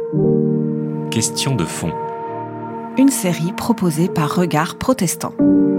Question de fond. Une série proposée par Regard Protestant.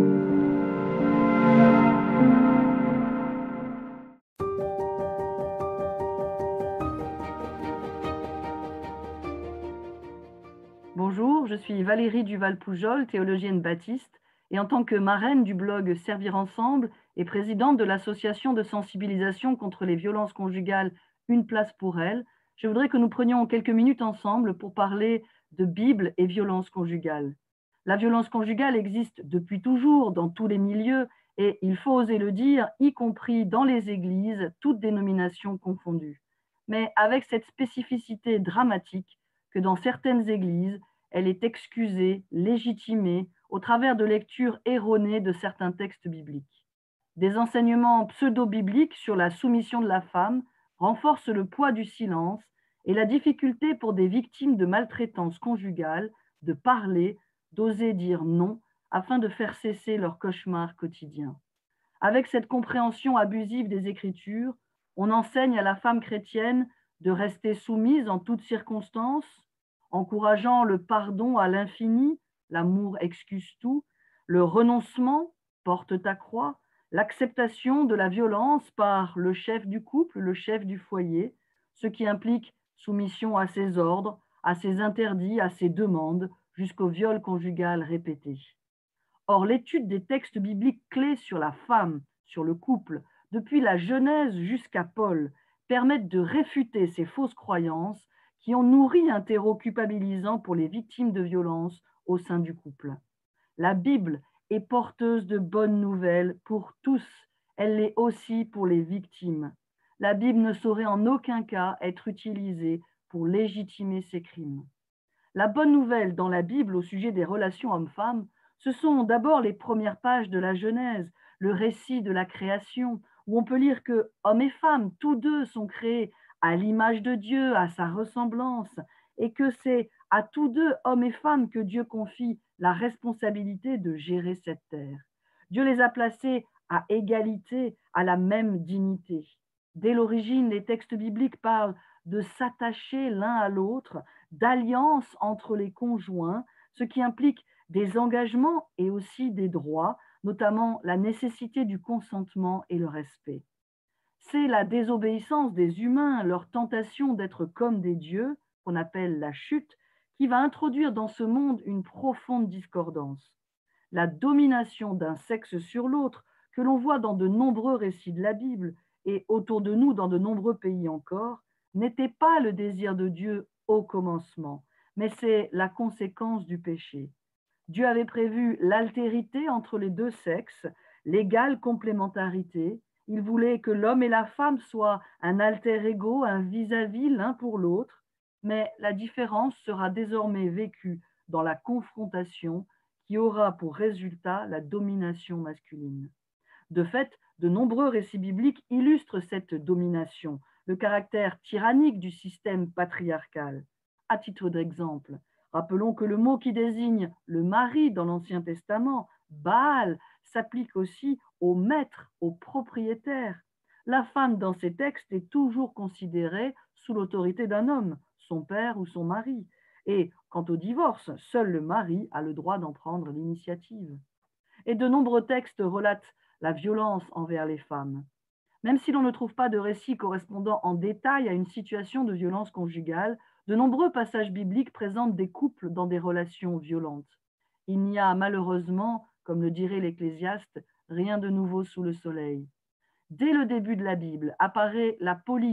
Bonjour, je suis Valérie Duval-Poujol, théologienne baptiste, et en tant que marraine du blog Servir Ensemble et présidente de l'association de sensibilisation contre les violences conjugales Une place pour elles, je voudrais que nous prenions quelques minutes ensemble pour parler de Bible et violence conjugale. La violence conjugale existe depuis toujours dans tous les milieux et, il faut oser le dire, y compris dans les églises, toutes dénominations confondues. Mais avec cette spécificité dramatique que dans certaines églises, elle est excusée, légitimée, au travers de lectures erronées de certains textes bibliques. Des enseignements pseudo-bibliques sur la soumission de la femme renforcent le poids du silence et la difficulté pour des victimes de maltraitance conjugale de parler, d'oser dire non, afin de faire cesser leur cauchemar quotidien. Avec cette compréhension abusive des Écritures, on enseigne à la femme chrétienne de rester soumise en toutes circonstances, encourageant le pardon à l'infini, l'amour excuse tout, le renoncement, porte ta croix, l'acceptation de la violence par le chef du couple, le chef du foyer, ce qui implique soumission à ses ordres, à ses interdits, à ses demandes, jusqu'au viol conjugal répété. Or, l'étude des textes bibliques clés sur la femme, sur le couple, depuis la Genèse jusqu'à Paul, permettent de réfuter ces fausses croyances qui ont nourri un terreau culpabilisant pour les victimes de violences au sein du couple. La Bible est porteuse de bonnes nouvelles pour tous. Elle l'est aussi pour les victimes. La Bible ne saurait en aucun cas être utilisée pour légitimer ces crimes. La bonne nouvelle dans la Bible au sujet des relations hommes-femmes, ce sont d'abord les premières pages de la Genèse, le récit de la création, où on peut lire que hommes et femmes, tous deux sont créés à l'image de Dieu, à sa ressemblance, et que c'est à tous deux, hommes et femmes, que Dieu confie la responsabilité de gérer cette terre. Dieu les a placés à égalité, à la même dignité. Dès l'origine, les textes bibliques parlent de s'attacher l'un à l'autre, d'alliance entre les conjoints, ce qui implique des engagements et aussi des droits, notamment la nécessité du consentement et le respect. C'est la désobéissance des humains, leur tentation d'être comme des dieux, qu'on appelle la chute, qui va introduire dans ce monde une profonde discordance. La domination d'un sexe sur l'autre, que l'on voit dans de nombreux récits de la Bible et autour de nous dans de nombreux pays encore, n'était pas le désir de Dieu au commencement, mais c'est la conséquence du péché. Dieu avait prévu l'altérité entre les deux sexes, l'égale complémentarité. Il voulait que l'homme et la femme soient un alter ego, un vis-à-vis l'un pour l'autre, mais la différence sera désormais vécue dans la confrontation qui aura pour résultat la domination masculine. De fait, de nombreux récits bibliques illustrent cette domination, le caractère tyrannique du système patriarcal. À titre d'exemple, rappelons que le mot qui désigne le mari dans l'Ancien Testament, Baal, s'applique aussi au maître, au propriétaire. La femme dans ces textes est toujours considérée sous l'autorité d'un homme, son père ou son mari. Et quant au divorce, seul le mari a le droit d'en prendre l'initiative. Et de nombreux textes relatent la violence envers les femmes. Même si l'on ne trouve pas de récit correspondant en détail à une situation de violence conjugale, de nombreux passages bibliques présentent des couples dans des relations violentes. Il n'y a malheureusement, comme le dirait l'Ecclésiaste, rien de nouveau sous le soleil. Dès le début de la Bible apparaît la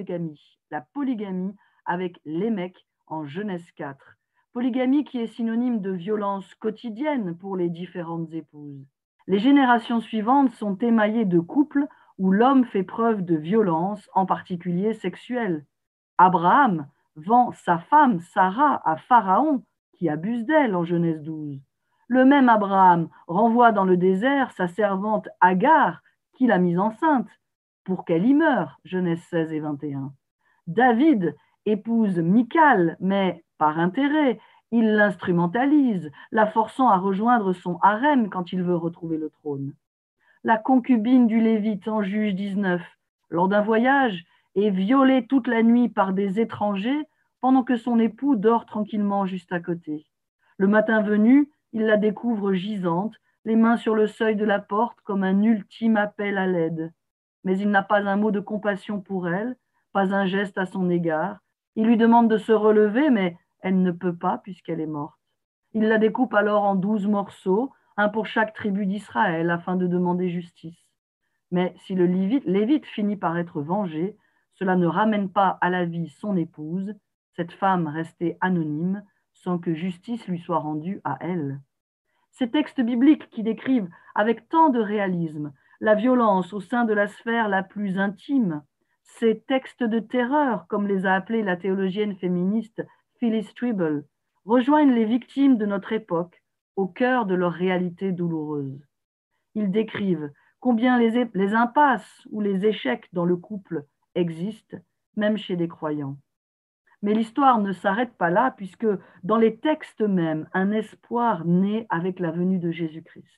polygamie avec Lémec en Genèse 4. Polygamie qui est synonyme de violence quotidienne pour les différentes épouses. Les générations suivantes sont émaillées de couples où l'homme fait preuve de violence, en particulier sexuelle. Abraham vend sa femme Sarah à Pharaon, qui abuse d'elle en Genèse 12. Le même Abraham renvoie dans le désert sa servante Agar, qui l'a mise enceinte, pour qu'elle y meure, Genèse 16 et 21. David épouse Michal, mais par intérêt, il l'instrumentalise, la forçant à rejoindre son harem quand il veut retrouver le trône. La concubine du Lévite en Juge 19, lors d'un voyage, est violée toute la nuit par des étrangers pendant que son époux dort tranquillement juste à côté. Le matin venu, il la découvre gisante, les mains sur le seuil de la porte comme un ultime appel à l'aide. Mais il n'a pas un mot de compassion pour elle, pas un geste à son égard. Il lui demande de se relever, mais elle ne peut pas puisqu'elle est morte. Il la découpe alors en 12 morceaux, un pour chaque tribu d'Israël, afin de demander justice. Mais si le Lévite finit par être vengé, cela ne ramène pas à la vie son épouse, cette femme restée anonyme, sans que justice lui soit rendue à elle. Ces textes bibliques qui décrivent avec tant de réalisme la violence au sein de la sphère la plus intime, ces textes de terreur, comme les a appelés la théologienne féministe Phyllis Trible, rejoignent les victimes de notre époque au cœur de leur réalité douloureuse. Ils décrivent combien les impasses ou les échecs dans le couple existent, même chez les croyants. Mais l'histoire ne s'arrête pas là, puisque dans les textes mêmes, un espoir naît avec la venue de Jésus-Christ.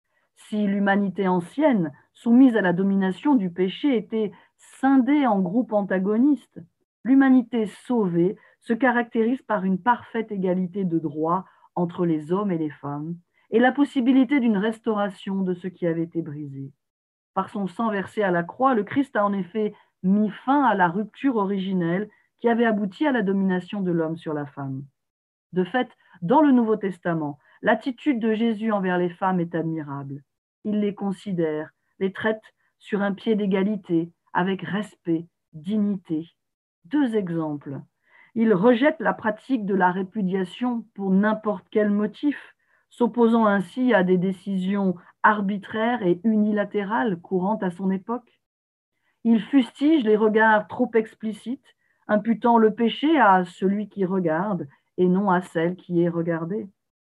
Si l'humanité ancienne, soumise à la domination du péché, était scindée en groupes antagonistes, l'humanité sauvée se caractérise par une parfaite égalité de droits entre les hommes et les femmes, et la possibilité d'une restauration de ce qui avait été brisé. Par son sang versé à la croix, le Christ a en effet mis fin à la rupture originelle qui avait abouti à la domination de l'homme sur la femme. De fait, dans le Nouveau Testament, l'attitude de Jésus envers les femmes est admirable. Il les considère, les traite sur un pied d'égalité, avec respect, dignité. 2 exemples. Il rejette la pratique de la répudiation pour n'importe quel motif, s'opposant ainsi à des décisions arbitraires et unilatérales courantes à son époque. Il fustige les regards trop explicites, imputant le péché à celui qui regarde et non à celle qui est regardée.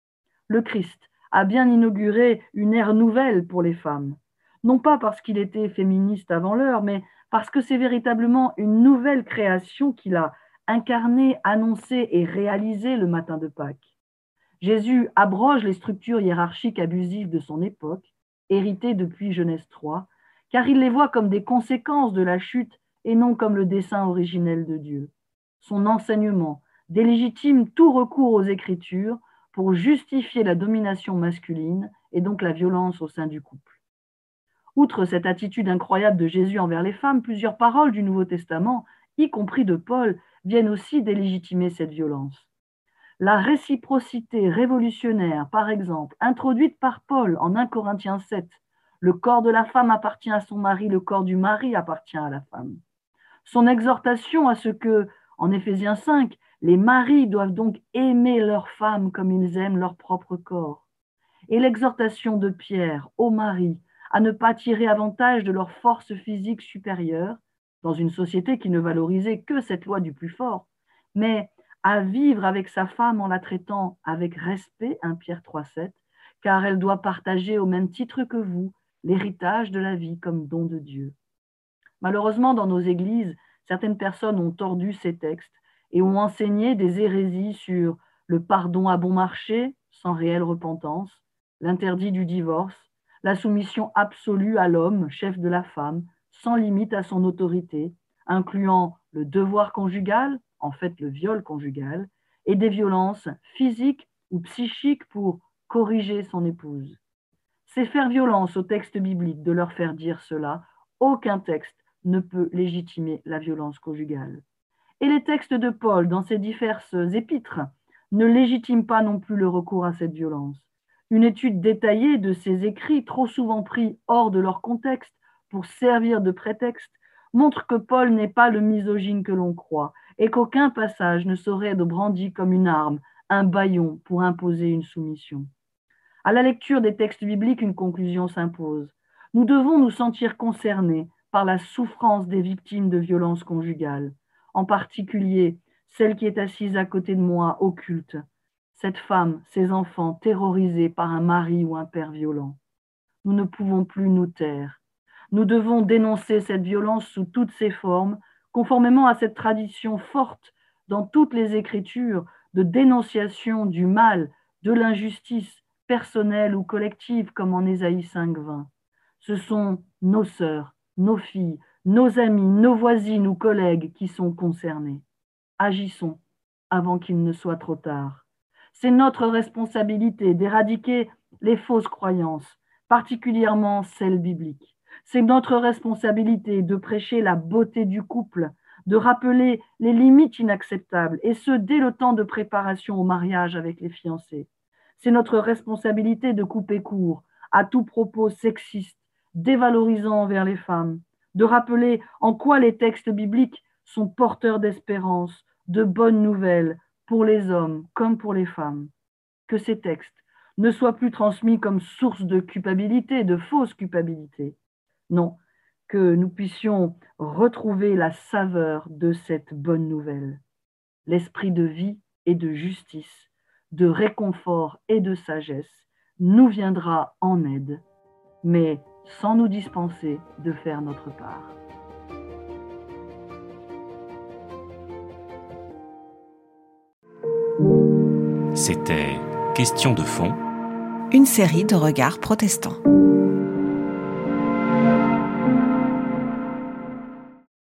Le Christ a bien inauguré une ère nouvelle pour les femmes, non pas parce qu'il était féministe avant l'heure, mais parce que c'est véritablement une nouvelle création qu'il a incarnée, annoncée et réalisée le matin de Pâques. Jésus abroge les structures hiérarchiques abusives de son époque, héritées depuis Genèse 3, car il les voit comme des conséquences de la chute et non comme le dessein originel de Dieu. Son enseignement délégitime tout recours aux Écritures pour justifier la domination masculine et donc la violence au sein du couple. Outre cette attitude incroyable de Jésus envers les femmes, plusieurs paroles du Nouveau Testament, y compris de Paul, viennent aussi délégitimer cette violence. La réciprocité révolutionnaire, par exemple, introduite par Paul en 1 Corinthiens 7, le corps de la femme appartient à son mari, le corps du mari appartient à la femme. Son exhortation à ce que, en Éphésiens 5, les maris doivent donc aimer leurs femmes comme ils aiment leur propre corps. Et l'exhortation de Pierre aux maris à ne pas tirer avantage de leur force physique supérieure, dans une société qui ne valorisait que cette loi du plus fort, mais à vivre avec sa femme en la traitant avec respect, 1 Pierre 3,7, car elle doit partager au même titre que vous l'héritage de la vie comme don de Dieu. Malheureusement, dans nos églises, certaines personnes ont tordu ces textes et ont enseigné des hérésies sur le pardon à bon marché, sans réelle repentance, l'interdit du divorce, la soumission absolue à l'homme, chef de la femme, sans limite à son autorité, incluant le devoir conjugal, en fait le viol conjugal, et des violences physiques ou psychiques pour corriger son épouse. C'est faire violence au texte biblique de leur faire dire cela. Aucun texte ne peut légitimer la violence conjugale. Et les textes de Paul, dans ses diverses épîtres, ne légitiment pas non plus le recours à cette violence. Une étude détaillée de ces écrits, trop souvent pris hors de leur contexte pour servir de prétexte, montre que Paul n'est pas le misogyne que l'on croit et qu'aucun passage ne saurait être brandi comme une arme, un bâillon pour imposer une soumission. À la lecture des textes bibliques, une conclusion s'impose. Nous devons nous sentir concernés par la souffrance des victimes de violences conjugales, en particulier celle qui est assise à côté de moi au culte, cette femme, ses enfants terrorisés par un mari ou un père violent. Nous ne pouvons plus nous taire. Nous devons dénoncer cette violence sous toutes ses formes, conformément à cette tradition forte dans toutes les Écritures de dénonciation du mal, de l'injustice, personnelle ou collective, comme en Ésaïe 5,20. Ce sont nos sœurs, nos filles, nos amis, nos voisines ou collègues qui sont concernés. Agissons avant qu'il ne soit trop tard. C'est notre responsabilité d'éradiquer les fausses croyances, particulièrement celles bibliques. C'est notre responsabilité de prêcher la beauté du couple, de rappeler les limites inacceptables, et ce, dès le temps de préparation au mariage avec les fiancés. C'est notre responsabilité de couper court à tout propos sexiste, dévalorisant envers les femmes, de rappeler en quoi les textes bibliques sont porteurs d'espérance, de bonnes nouvelles pour les hommes comme pour les femmes. Que ces textes ne soient plus transmis comme source de culpabilité, de fausse culpabilité. Non, que nous puissions retrouver la saveur de cette bonne nouvelle. L'esprit de vie et de justice, de réconfort et de sagesse nous viendra en aide, mais sans nous dispenser de faire notre part. C'était Question de fond, une série de regards protestants.